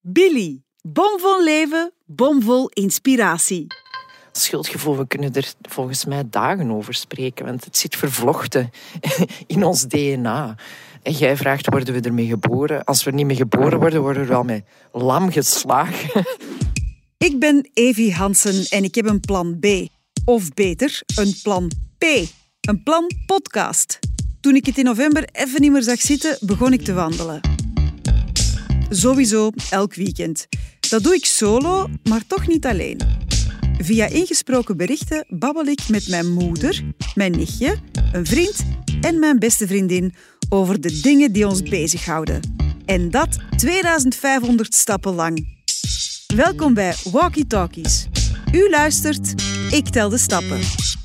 Billy. Bomvol leven, bomvol inspiratie. Schuldgevoel, we kunnen er volgens mij dagen over spreken, want het zit vervlochten in ons DNA. En jij vraagt, worden we ermee geboren? Als we er niet mee geboren worden, worden we wel met lam geslagen. Ik ben Evie Hansen en ik heb een plan B. Of beter, een plan P. Een plan podcast. Toen ik het in november even niet meer zag zitten, begon ik te wandelen. Sowieso elk weekend. Dat doe ik solo, maar toch niet alleen. Via ingesproken berichten babbel ik met mijn moeder, mijn nichtje, een vriend en mijn beste vriendin over de dingen die ons bezighouden. En dat 2500 stappen lang. Welkom bij Walkie Talkies. U luistert, ik tel de stappen.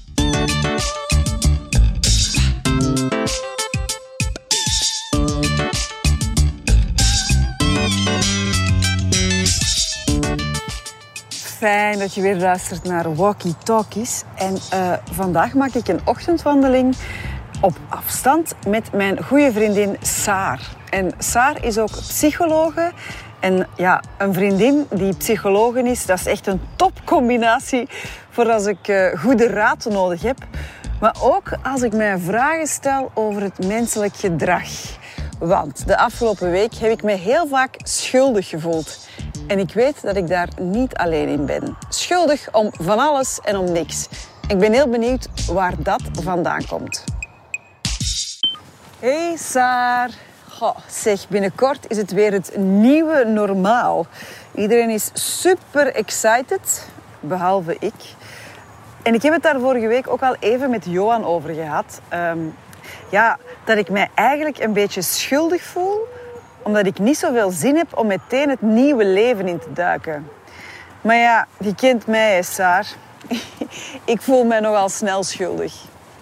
Fijn dat je weer luistert naar Walkie Talkies. En vandaag maak ik een ochtendwandeling op afstand met mijn goede vriendin Saar. En Saar is ook psychologe. En ja, een vriendin die psychologe is, dat is echt een topcombinatie voor als ik goede raad nodig heb. Maar ook als ik mij vragen stel over het menselijk gedrag. Want de afgelopen week heb ik me heel vaak schuldig gevoeld. En ik weet dat ik daar niet alleen in ben. Schuldig om van alles en om niks. Ik ben heel benieuwd waar dat vandaan komt. Hey Saar. Goh, zeg, binnenkort is het weer het nieuwe normaal. Iedereen is super excited, behalve ik. En ik heb het daar vorige week ook al even met Johan over gehad. Dat ik mij eigenlijk een beetje schuldig voel, omdat ik niet zoveel zin heb om meteen het nieuwe leven in te duiken. Maar ja, je kent mij, hè, Saar. Ik voel mij nogal snel schuldig.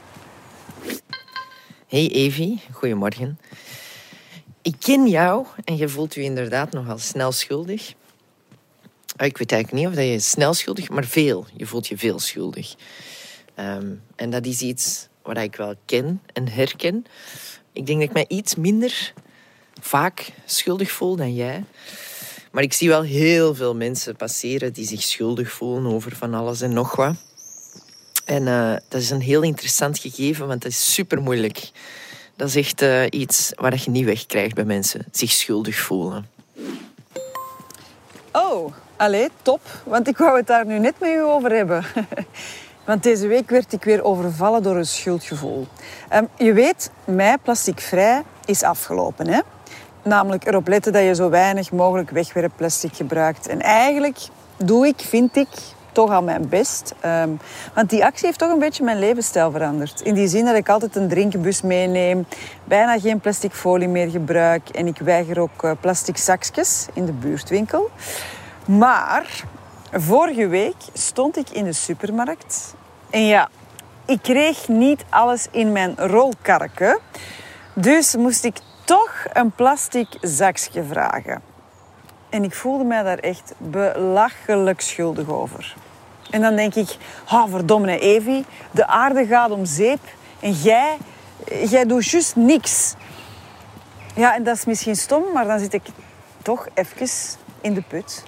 Hey Evie, goedemorgen. Ik ken jou en je voelt je inderdaad nogal snel schuldig. Ik weet eigenlijk niet of dat je snel schuldig, maar veel. Je voelt je veel schuldig. En dat is iets wat ik wel ken en herken. Ik denk dat ik mij iets minder vaak schuldig voel dan jij. Maar ik zie wel heel veel mensen passeren die zich schuldig voelen over van alles en nog wat. En dat is een heel interessant gegeven, want dat is super moeilijk. Dat is echt iets waar je niet wegkrijgt bij mensen. Zich schuldig voelen. Oh, allee, top. Want ik wou het daar nu net met u over hebben. Want deze week werd ik weer overvallen door een schuldgevoel. Je weet, mei plasticvrij is afgelopen, hè? Namelijk erop letten dat je zo weinig mogelijk wegwerpplastic gebruikt. En eigenlijk doe ik, vind ik, toch al mijn best. Want die actie heeft toch een beetje mijn levensstijl veranderd. In die zin dat ik altijd een drinkenbus meeneem, bijna geen plastic folie meer gebruik en ik weiger ook plastic zakjes in de buurtwinkel. Maar vorige week stond ik in de supermarkt en ja, ik kreeg niet alles in mijn rolkarken. Dus moest ik toch een plastic zakje vragen. En ik voelde mij daar echt belachelijk schuldig over. En dan denk ik, verdomme Evie, de aarde gaat om zeep en jij doet juist niks. Ja, en dat is misschien stom, maar dan zit ik toch even in de put.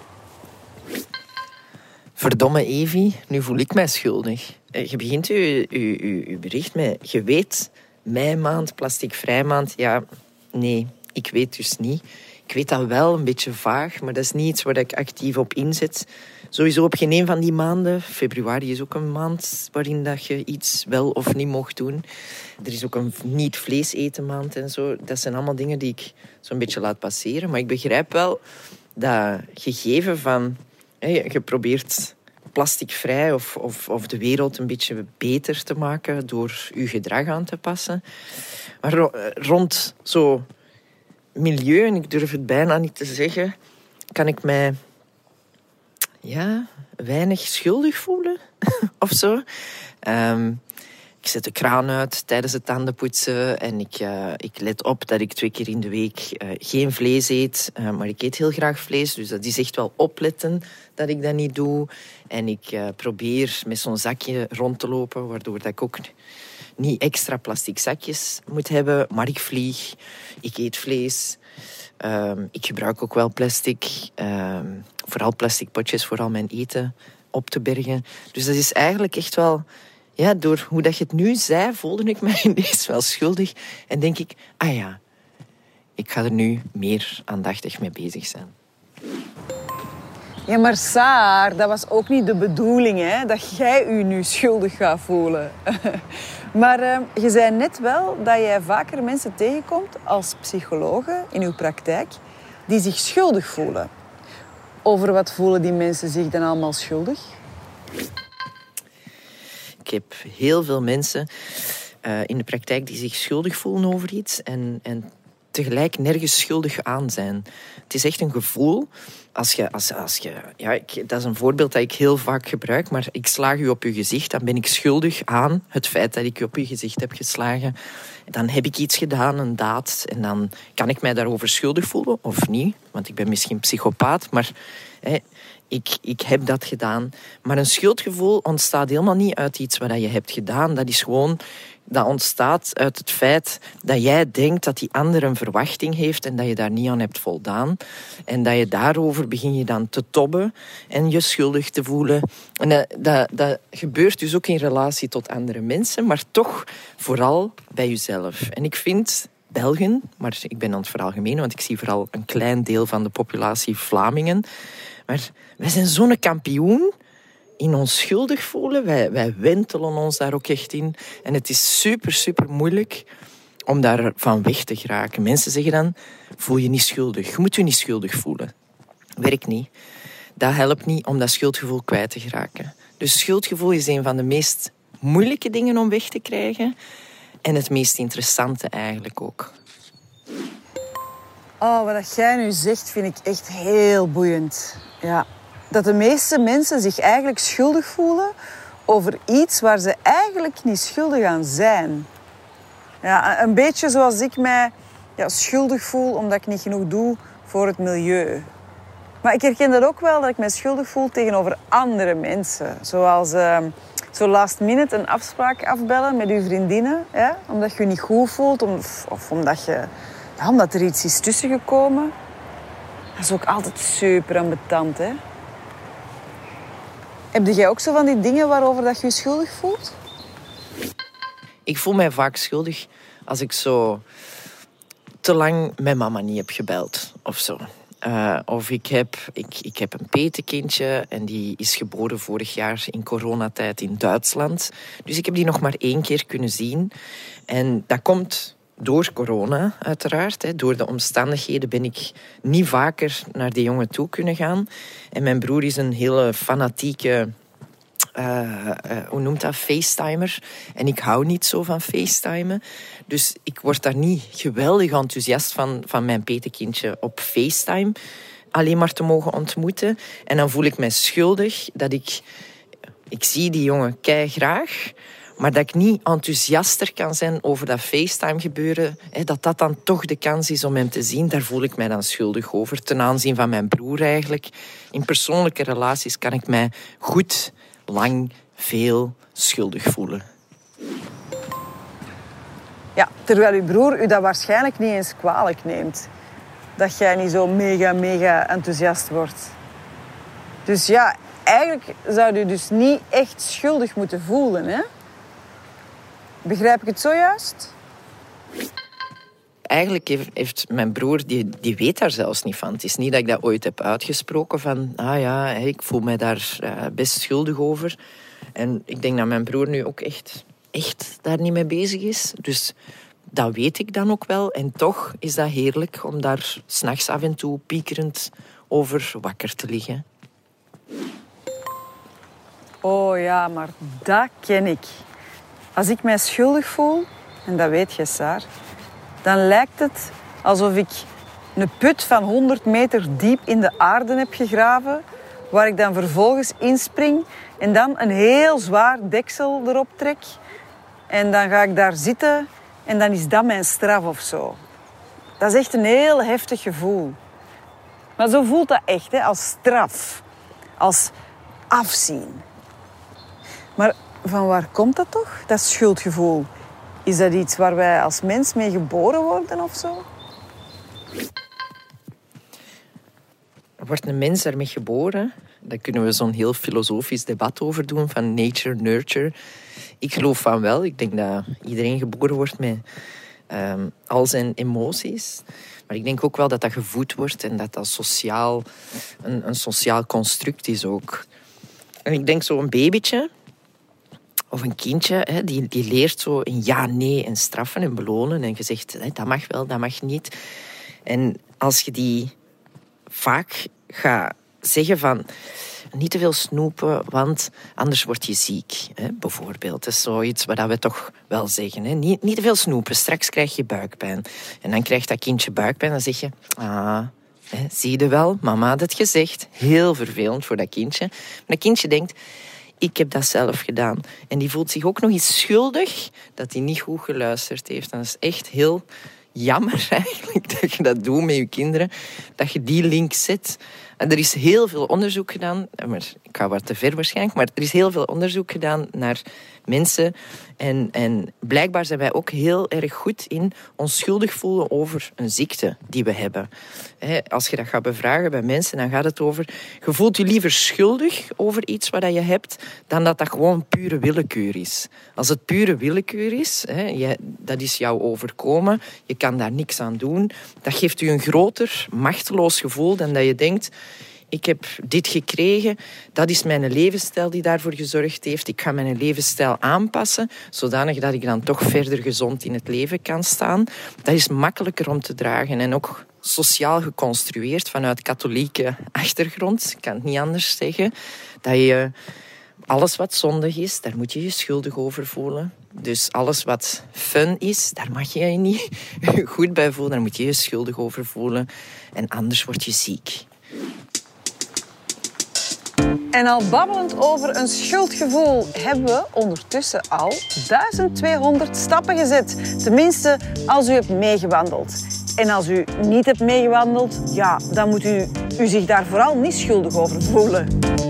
Verdomme Evie, nu voel ik mij schuldig. Je begint je bericht met, je weet, meimaand, plasticvrij maand. Ja, nee, ik weet dus niet. Ik weet dat wel, een beetje vaag, maar dat is niet iets waar ik actief op inzet. Sowieso op geen een van die maanden. Februari is ook een maand waarin dat je iets wel of niet mocht doen. Er is ook een niet-vlees eten maand en zo. Dat zijn allemaal dingen die ik zo'n beetje laat passeren. Maar ik begrijp wel dat gegeven van... je probeert plasticvrij of de wereld een beetje beter te maken door je gedrag aan te passen. Maar rond zo milieu, en ik durf het bijna niet te zeggen, kan ik mij weinig schuldig voelen of zo. Ik zet de kraan uit tijdens het tandenpoetsen en ik let op dat ik 2 keer in de week geen vlees eet. Maar ik eet heel graag vlees, dus dat is echt wel opletten dat ik dat niet doe. En ik probeer met zo'n zakje rond te lopen, waardoor dat ik ook niet extra plastic zakjes moet hebben. Maar ik vlieg, ik eet vlees. Ik gebruik ook wel plastic. Vooral plastic potjes voor al mijn eten op te bergen. Dus dat is eigenlijk echt wel... Ja, door hoe dat je het nu zei, voelde ik mij ineens wel schuldig. En denk ik, ik ga er nu meer aandachtig mee bezig zijn. Ja, maar Saar, dat was ook niet de bedoeling, hè? Dat jij je nu schuldig gaat voelen. Maar je zei net wel dat jij vaker mensen tegenkomt als psychologe in uw praktijk die zich schuldig voelen. Over wat voelen die mensen zich dan allemaal schuldig? Ik heb heel veel mensen in de praktijk die zich schuldig voelen over iets en tegelijk nergens schuldig aan zijn. Het is echt een gevoel. Dat is een voorbeeld dat ik heel vaak gebruik, maar ik slaag u op uw gezicht, dan ben ik schuldig aan het feit dat ik u op uw gezicht heb geslagen. Dan heb ik iets gedaan, een daad, en dan kan ik mij daarover schuldig voelen, of niet, want ik ben misschien psychopaat, maar ik heb dat gedaan. Maar een schuldgevoel ontstaat helemaal niet uit iets wat je hebt gedaan. Dat is gewoon... Dat ontstaat uit het feit dat jij denkt dat die ander een verwachting heeft en dat je daar niet aan hebt voldaan. En dat je daarover begin je dan te tobben en je schuldig te voelen. En dat gebeurt dus ook in relatie tot andere mensen, maar toch vooral bij jezelf. En ik vind Belgen, maar ik ben aan het veralgemenen, want ik zie vooral een klein deel van de populatie Vlamingen. Maar wij zijn zo'n kampioen in ons schuldig voelen. Wij wentelen ons daar ook echt in. En het is super, super moeilijk om daar van weg te geraken. Mensen zeggen dan, voel je niet schuldig. Je moet je niet schuldig voelen. Werkt niet. Dat helpt niet om dat schuldgevoel kwijt te geraken. Dus schuldgevoel is een van de meest moeilijke dingen om weg te krijgen. En het meest interessante eigenlijk ook. Oh, wat jij nu zegt, vind ik echt heel boeiend. Ja. Dat de meeste mensen zich eigenlijk schuldig voelen over iets waar ze eigenlijk niet schuldig aan zijn. Ja, een beetje zoals ik mij schuldig voel omdat ik niet genoeg doe voor het milieu. Maar ik herken dat ook wel, dat ik mij schuldig voel tegenover andere mensen. Zoals zo last minute een afspraak afbellen met uw vriendinnen. Ja? Omdat je je niet goed voelt of omdat er iets is tussengekomen. Dat is ook altijd super ambetant, hè? Heb jij ook zo van die dingen waarover dat je je schuldig voelt? Ik voel mij vaak schuldig als ik zo te lang mijn mama niet heb gebeld of zo. Of ik heb een petekindje en die is geboren vorig jaar in coronatijd in Duitsland. Dus ik heb die nog maar 1 keer kunnen zien. En dat komt door corona, uiteraard. Door de omstandigheden ben ik niet vaker naar die jongen toe kunnen gaan. En mijn broer is een hele fanatieke... hoe noemt dat? FaceTimer. En ik hou niet zo van FaceTimen. Dus ik word daar niet geweldig enthousiast van mijn petekindje op FaceTime alleen maar te mogen ontmoeten. En dan voel ik mij schuldig dat ik zie die jongen keigraag, maar dat ik niet enthousiaster kan zijn over dat FaceTime-gebeuren, dat dan toch de kans is om hem te zien, daar voel ik mij dan schuldig over. Ten aanzien van mijn broer eigenlijk. In persoonlijke relaties kan ik mij goed, lang, veel schuldig voelen. Ja, terwijl uw broer u dat waarschijnlijk niet eens kwalijk neemt. Dat jij niet zo mega enthousiast wordt. Dus ja, eigenlijk zou u dus niet echt schuldig moeten voelen, hè? Begrijp ik het zojuist? Eigenlijk heeft mijn broer, die weet daar zelfs niet van. Het is niet dat ik dat ooit heb uitgesproken van... ik voel mij daar best schuldig over. En ik denk dat mijn broer nu ook echt daar niet mee bezig is. Dus dat weet ik dan ook wel. En toch is dat heerlijk om daar 's nachts af en toe piekerend over wakker te liggen. Oh ja, maar dat ken ik. Als ik mij schuldig voel, en dat weet je, Saar, dan lijkt het alsof ik een put van 100 meter diep in de aarde heb gegraven, waar ik dan vervolgens inspring en dan een heel zwaar deksel erop trek. En dan ga ik daar zitten en dan is dat mijn straf of zo. Dat is echt een heel heftig gevoel. Maar zo voelt dat echt, hè, als straf. Als afzien. Maar van waar komt dat toch, dat schuldgevoel? Is dat iets waar wij als mens mee geboren worden of zo? wordt een mens daarmee geboren? Daar kunnen we zo'n heel filosofisch debat over doen, van nature, nurture. Ik geloof van wel. Ik denk dat iedereen geboren wordt met al zijn emoties. Maar ik denk ook wel dat dat gevoed wordt en dat dat sociaal, een sociaal construct is ook. En ik denk zo'n babytje of een kindje, die leert zo in ja, nee en straffen en belonen. En je zegt, dat mag wel, dat mag niet. En als je die vaak gaat zeggen van niet te veel snoepen, want anders word je ziek. Bijvoorbeeld. Dat is zoiets wat we toch wel zeggen. Niet te veel snoepen, straks krijg je buikpijn. En dan krijgt dat kindje buikpijn. Dan zeg je, zie je wel, mama had het gezegd. Heel vervelend voor dat kindje. Maar dat kindje denkt, ik heb dat zelf gedaan. En die voelt zich ook nog eens schuldig dat hij niet goed geluisterd heeft. En dat is echt heel jammer eigenlijk dat je dat doet met je kinderen. Dat je die link zet. En er is heel veel onderzoek gedaan, maar ik ga wat te ver waarschijnlijk, maar er is heel veel onderzoek gedaan naar mensen. En blijkbaar zijn wij ook heel erg goed in ons schuldig voelen over een ziekte die we hebben. Als je dat gaat bevragen bij mensen, dan gaat het over, je voelt je liever schuldig over iets wat je hebt, dan dat dat gewoon pure willekeur is. Als het pure willekeur is, dat is jou overkomen, je kan daar niks aan doen, dat geeft u een groter, machteloos gevoel dan dat je denkt, ik heb dit gekregen, dat is mijn levensstijl die daarvoor gezorgd heeft. Ik ga mijn levensstijl aanpassen, zodanig dat ik dan toch verder gezond in het leven kan staan. Dat is makkelijker om te dragen en ook sociaal geconstrueerd vanuit katholieke achtergrond. Ik kan het niet anders zeggen. Dat je alles wat zondig is, daar moet je je schuldig over voelen. Dus alles wat fun is, daar mag je je niet goed bij voelen. Daar moet je je schuldig over voelen. En anders word je ziek. En al babbelend over een schuldgevoel hebben we ondertussen al 1200 stappen gezet. Tenminste, als u hebt meegewandeld. En als u niet hebt meegewandeld, ja, dan moet u zich daar vooral niet schuldig over voelen.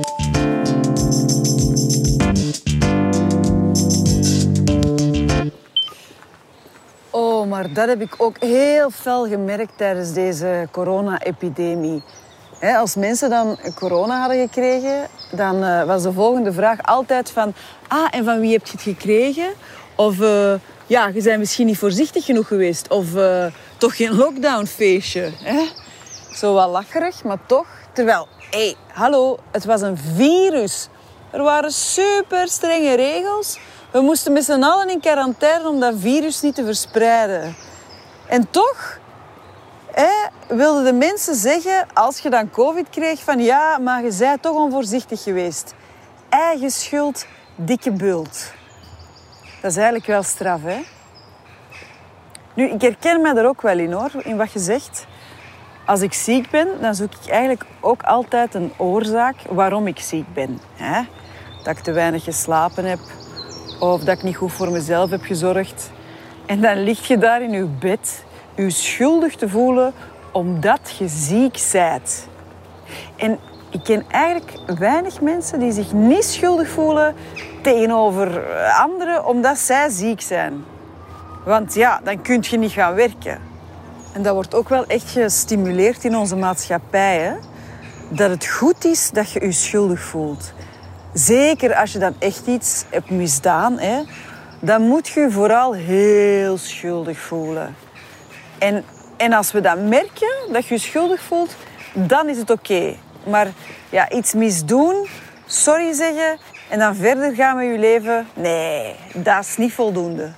Oh, maar dat heb ik ook heel fel gemerkt tijdens deze corona-epidemie. Als mensen dan corona hadden gekregen, dan was de volgende vraag altijd van... en van wie heb je het gekregen? Of, je bent misschien niet voorzichtig genoeg geweest. Of toch geen lockdownfeestje. Zo wat lacherig, maar toch. Terwijl, hallo, het was een virus. Er waren super strenge regels. We moesten met z'n allen in quarantaine om dat virus niet te verspreiden. En toch... wilden de mensen zeggen, als je dan COVID kreeg, van ja, maar je bent toch onvoorzichtig geweest. Eigen schuld, dikke bult. Dat is eigenlijk wel straf, hè? Nu, ik herken mij er ook wel in, hoor, in wat je zegt. Als ik ziek ben, dan zoek ik eigenlijk ook altijd een oorzaak waarom ik ziek ben. Dat ik te weinig geslapen heb, of dat ik niet goed voor mezelf heb gezorgd. En dan lig je daar in je bed... je schuldig te voelen omdat je ziek bent. En ik ken eigenlijk weinig mensen die zich niet schuldig voelen tegenover anderen omdat zij ziek zijn. Want ja, dan kun je niet gaan werken. En dat wordt ook wel echt gestimuleerd in onze maatschappij. Hè? Dat het goed is dat je je schuldig voelt. Zeker als je dan echt iets hebt misdaan, dan moet je je vooral heel schuldig voelen. En als we dat merken, dat je je schuldig voelt, dan is het oké. Maar ja, iets misdoen, sorry zeggen en dan verder gaan met je leven, nee, dat is niet voldoende.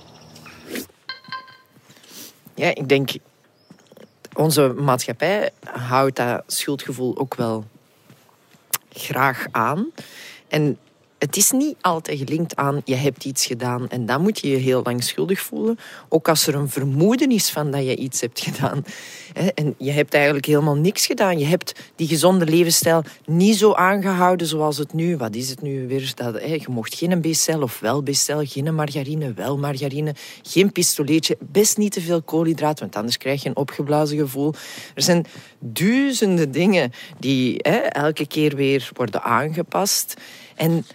Ja, ik denk, onze maatschappij houdt dat schuldgevoel ook wel graag aan. En het is niet altijd gelinkt aan, je hebt iets gedaan en dan moet je je heel lang schuldig voelen. Ook als er een vermoeden is van dat je iets hebt gedaan. En je hebt eigenlijk helemaal niks gedaan. Je hebt die gezonde levensstijl niet zo aangehouden zoals het nu. Wat is het nu weer? Je mocht geen B-cel of wel B-cel, geen margarine, wel margarine, geen pistoleetje, best niet te veel koolhydraten, want anders krijg je een opgeblazen gevoel. Er zijn duizenden dingen die elke keer weer worden aangepast. En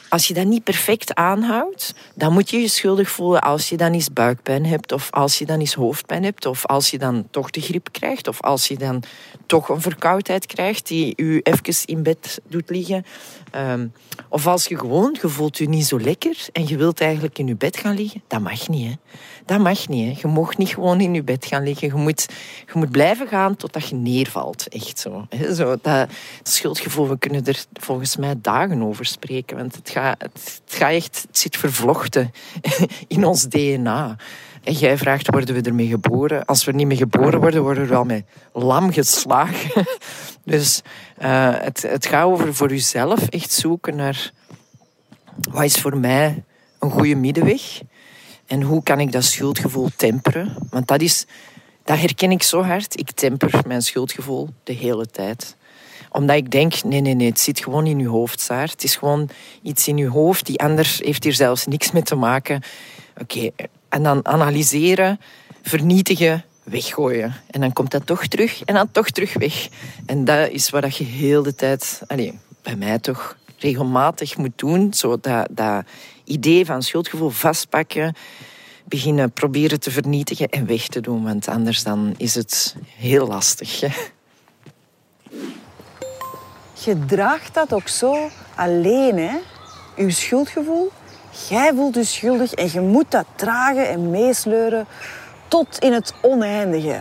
als je dat niet perfect aanhoudt, dan moet je je schuldig voelen als je dan eens buikpijn hebt, of als je dan eens hoofdpijn hebt, of als je dan toch de griep krijgt, of als je dan toch een verkoudheid krijgt die je even in bed doet liggen. Of als je voelt je niet zo lekker en je wilt eigenlijk in je bed gaan liggen. Dat mag niet, hè. Dat mag niet, hè. Je mag niet gewoon in je bed gaan liggen. Je moet blijven gaan totdat je neervalt. Echt zo. Dat schuldgevoel, we kunnen er volgens mij dagen over spreken. Want het zit vervlochten in ons DNA. En jij vraagt, worden we ermee geboren? Als we er niet mee geboren worden, worden we wel met lam geslagen. Dus het gaat over voor jezelf echt zoeken naar wat is voor mij een goede middenweg en hoe kan ik dat schuldgevoel temperen. Want dat herken ik zo hard. Ik temper mijn schuldgevoel de hele tijd. Omdat ik denk, nee, het zit gewoon in je hoofd, Saar. Het is gewoon iets in je hoofd, die ander heeft hier zelfs niks mee te maken. Oké. En dan analyseren, vernietigen, weggooien. En dan komt dat toch terug en dan toch terug weg. En dat is wat je heel de tijd, bij mij toch, regelmatig moet doen. Zo dat idee van schuldgevoel vastpakken, beginnen proberen te vernietigen en weg te doen. Want anders dan is het heel lastig. Hè? Je draagt dat ook zo alleen, hè? Uw schuldgevoel. Jij voelt je schuldig en je moet dat dragen en meesleuren tot in het oneindige.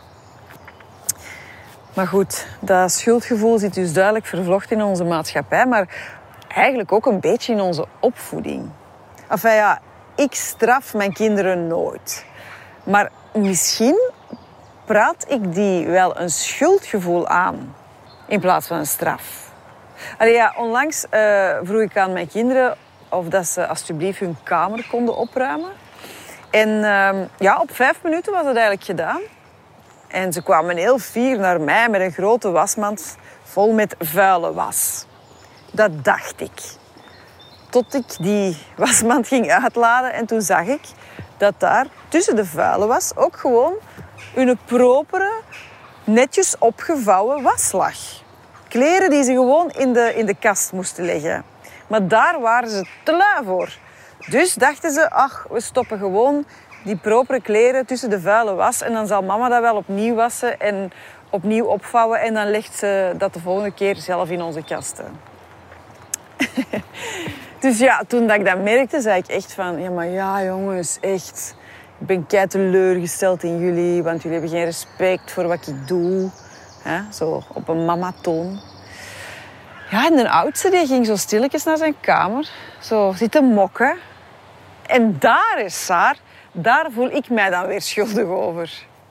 Maar goed, dat schuldgevoel zit dus duidelijk vervlochten in onze maatschappij, maar eigenlijk ook een beetje in onze opvoeding. Enfin ja, ik straf mijn kinderen nooit. Maar misschien praat ik die wel een schuldgevoel aan in plaats van een straf. Onlangs vroeg ik aan mijn kinderen of dat ze alsjeblieft hun kamer konden opruimen. En op 5 minuten was het eigenlijk gedaan. En ze kwamen heel fier naar mij met een grote wasmand vol met vuile was. Dat dacht ik. Tot ik die wasmand ging uitladen en toen zag ik dat daar tussen de vuile was ook gewoon een propere, netjes opgevouwen was lag. Kleren die ze gewoon in de kast moesten leggen. Maar daar waren ze te lui voor. Dus dachten ze, we stoppen gewoon die propere kleren tussen de vuile was en dan zal mama dat wel opnieuw wassen en opnieuw opvouwen en dan legt ze dat de volgende keer zelf in onze kasten. Dus ja, toen dat ik dat merkte, zei ik echt van, jongens, echt, ik ben kei teleurgesteld in jullie, want jullie hebben geen respect voor wat ik doe. Zo op een mama-toon. Ja, en de oudste die ging zo stilletjes naar zijn kamer, zo zitten mokken. En daar is Saar, daar voel ik mij dan weer schuldig over.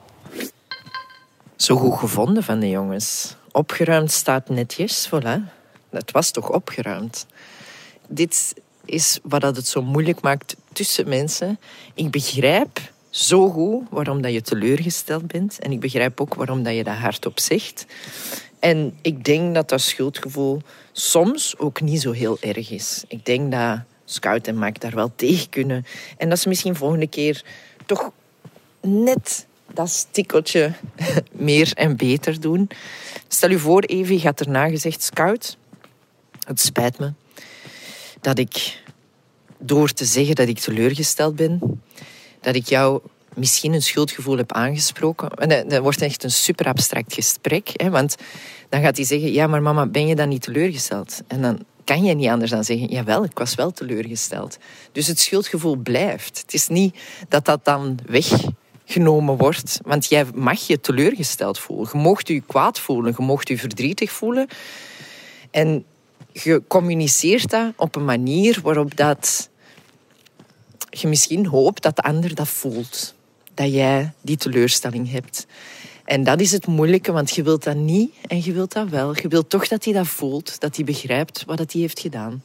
Zo goed gevonden van de jongens. Opgeruimd staat netjes, voilà. Het was toch opgeruimd. Dit is wat het zo moeilijk maakt tussen mensen. Ik begrijp zo goed waarom dat je teleurgesteld bent. En ik begrijp ook waarom dat je dat hardop zegt. En ik denk dat dat schuldgevoel soms ook niet zo heel erg is. Ik denk dat Scout en Mac daar wel tegen kunnen. En dat ze misschien volgende keer toch net dat stikkeltje meer en beter doen. Stel je voor, Evie had erna gezegd, Scout, het spijt me dat ik door te zeggen dat ik teleurgesteld ben, dat ik jou misschien een schuldgevoel heb aangesproken. En dat wordt echt een super abstract gesprek. Hè, want dan gaat hij zeggen, ja, maar mama, ben je dan niet teleurgesteld? En dan kan je niet anders dan zeggen, jawel, ik was wel teleurgesteld. Dus het schuldgevoel blijft. Het is niet dat dat dan weggenomen wordt. Want jij mag je teleurgesteld voelen. Je mocht je kwaad voelen, je mocht je verdrietig voelen. En je communiceert dat op een manier waarop dat je misschien hoopt dat de ander dat voelt. Dat jij die teleurstelling hebt. En dat is het moeilijke, want je wilt dat niet en je wilt dat wel. Je wilt toch dat hij dat voelt, dat hij begrijpt wat hij heeft gedaan.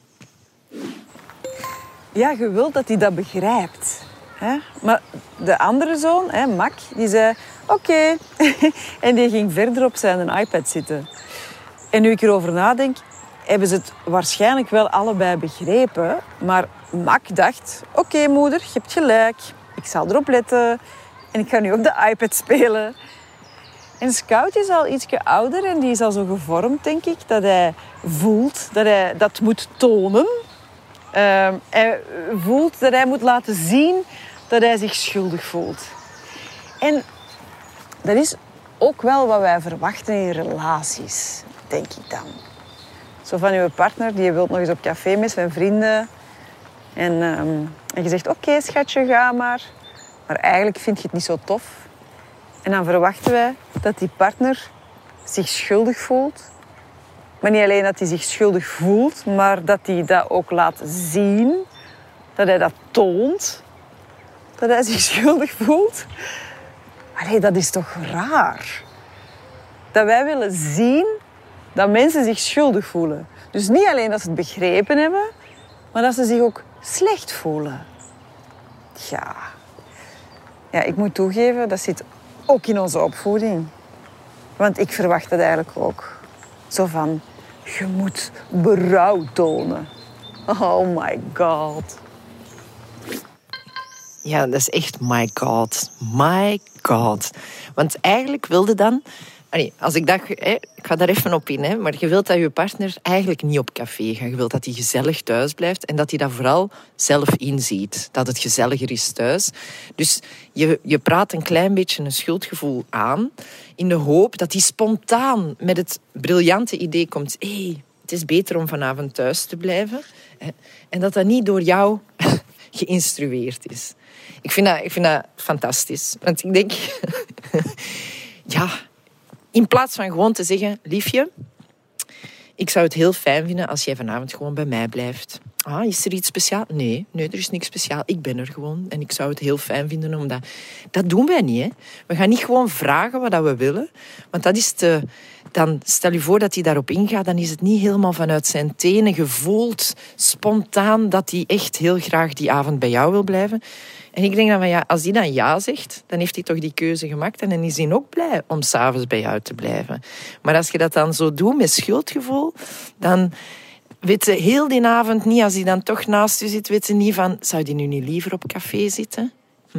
Ja, je wilt dat hij dat begrijpt. Hè? Maar de andere zoon, Mac, die zei oké. En die ging verder op zijn iPad zitten. En nu ik erover nadenk, hebben ze het waarschijnlijk wel allebei begrepen. Maar Mac dacht, oké, moeder, je hebt gelijk. Ik zal erop letten. En ik ga nu op de iPad spelen. En Scout is al ietsje ouder en die is al zo gevormd, denk ik, dat hij voelt dat hij dat moet tonen. Hij voelt dat hij moet laten zien dat hij zich schuldig voelt. En dat is ook wel wat wij verwachten in relaties, denk ik dan. Zo van je partner, die wil nog eens op café met zijn vrienden. En je zegt, oké, schatje, ga maar. Maar eigenlijk vind je het niet zo tof. En dan verwachten wij dat die partner zich schuldig voelt. Maar niet alleen dat hij zich schuldig voelt, maar dat hij dat ook laat zien. Dat hij dat toont. Dat hij zich schuldig voelt. Allee, dat is toch raar? Dat wij willen zien dat mensen zich schuldig voelen. Dus niet alleen dat ze het begrepen hebben, maar dat ze zich ook slecht voelen. Ja, ik moet toegeven, dat zit ook in onze opvoeding. Want ik verwacht het eigenlijk ook. Zo van, je moet berouw tonen. Oh my god. Ja, dat is echt my god. My god. Want eigenlijk wilde dan... Als ik dacht, ik ga daar even op in, maar je wilt dat je partner eigenlijk niet op café gaat. Je wilt dat hij gezellig thuis blijft en dat hij dat vooral zelf inziet. Dat het gezelliger is thuis. Dus je praat een klein beetje een schuldgevoel aan in de hoop dat hij spontaan met het briljante idee komt. Het is beter om vanavond thuis te blijven. En dat niet door jou geïnstrueerd is. Ik vind dat fantastisch. Want ik denk... in plaats van gewoon te zeggen, liefje, ik zou het heel fijn vinden als jij vanavond gewoon bij mij blijft. Is er iets speciaals? Nee, er is niks speciaals. Ik ben er gewoon en ik zou het heel fijn vinden omdat... Dat doen wij niet, hè. We gaan niet gewoon vragen wat we willen, want dat is te... Dan stel je voor dat hij daarop ingaat, dan is het niet helemaal vanuit zijn tenen gevoeld, spontaan, dat hij echt heel graag die avond bij jou wil blijven. En ik denk dan als hij dan ja zegt, dan heeft hij toch die keuze gemaakt en dan is hij ook blij om 's avonds bij jou te blijven. Maar als je dat dan zo doet met schuldgevoel, dan weet je heel die avond niet, als hij dan toch naast je zit, weet je niet van, zou die nu niet liever op café zitten?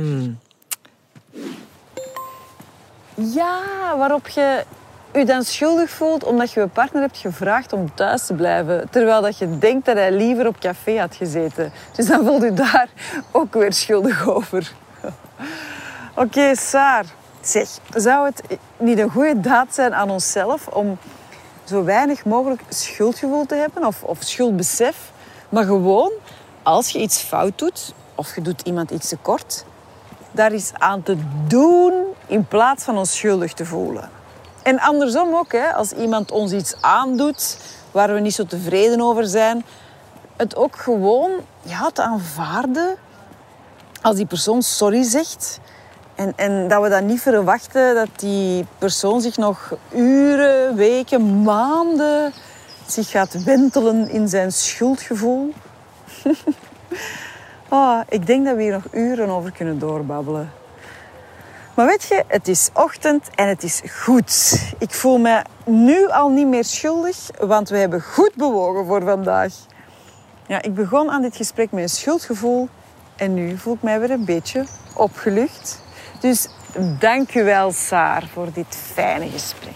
Ja, waarop je je dan schuldig voelt omdat je je partner hebt gevraagd om thuis te blijven. Terwijl dat je denkt dat hij liever op café had gezeten. Dus dan voelt je daar ook weer schuldig over. Oké, Saar. Zeg, zou het niet een goede daad zijn aan onszelf om zo weinig mogelijk schuldgevoel te hebben of schuldbesef, maar gewoon, als je iets fout doet of je doet iemand iets tekort, daar iets aan te doen in plaats van ons schuldig te voelen. En andersom ook, als iemand ons iets aandoet waar we niet zo tevreden over zijn, het ook gewoon te aanvaarden als die persoon sorry zegt. En dat we dan niet verwachten dat die persoon zich nog uren, weken, maanden zich gaat wentelen in zijn schuldgevoel. Ik denk dat we hier nog uren over kunnen doorbabbelen. Maar weet je, het is ochtend en het is goed. Ik voel me nu al niet meer schuldig, want we hebben goed bewogen voor vandaag. Ja, ik begon aan dit gesprek met een schuldgevoel en nu voel ik mij weer een beetje opgelucht. Dus dank u wel, Saar, voor dit fijne gesprek.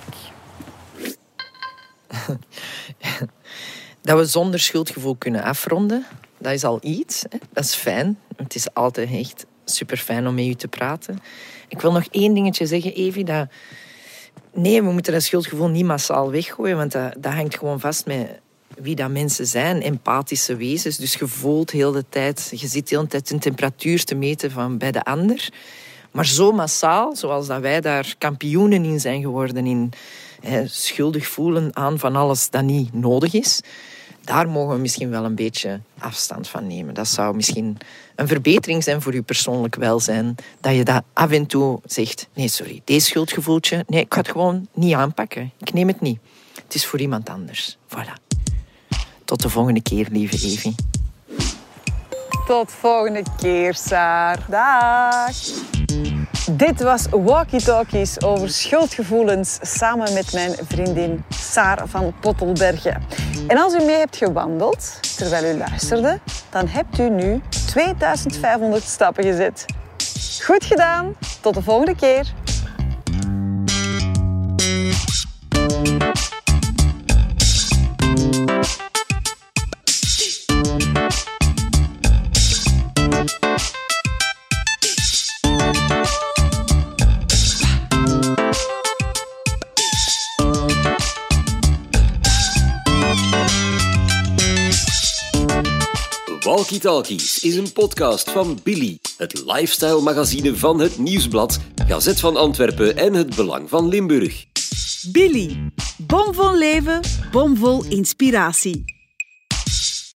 Dat we zonder schuldgevoel kunnen afronden, dat is al iets. Hè? Dat is fijn. Het is altijd echt super fijn om met u te praten. Ik wil nog één dingetje zeggen, Evi. Nee, we moeten dat schuldgevoel niet massaal weggooien, want dat hangt gewoon vast met wie dat mensen zijn, empathische wezens. Dus je voelt heel de tijd, je zit de hele tijd een temperatuur te meten van bij de ander. Maar zo massaal, zoals dat wij daar kampioenen in zijn geworden, in schuldig voelen aan van alles dat niet nodig is, daar mogen we misschien wel een beetje afstand van nemen. Dat zou misschien een verbetering zijn voor je persoonlijk welzijn. Dat je dat af en toe zegt, nee, sorry, deze schuldgevoeltje, nee, ik ga het gewoon niet aanpakken. Ik neem het niet. Het is voor iemand anders. Voilà. Tot de volgende keer, lieve Evi. Tot volgende keer, Saar. Dag. Dit was Walkie Talkies over schuldgevoelens samen met mijn vriendin Saar van Pottelbergen. En als u mee hebt gewandeld terwijl u luisterde, dan hebt u nu 2500 stappen gezet. Goed gedaan. Tot de volgende keer. Walkie Talkies is een podcast van Billy, het lifestyle-magazine van Het Nieuwsblad, Gazet van Antwerpen en Het Belang van Limburg. Billy. Bomvol leven, bomvol inspiratie.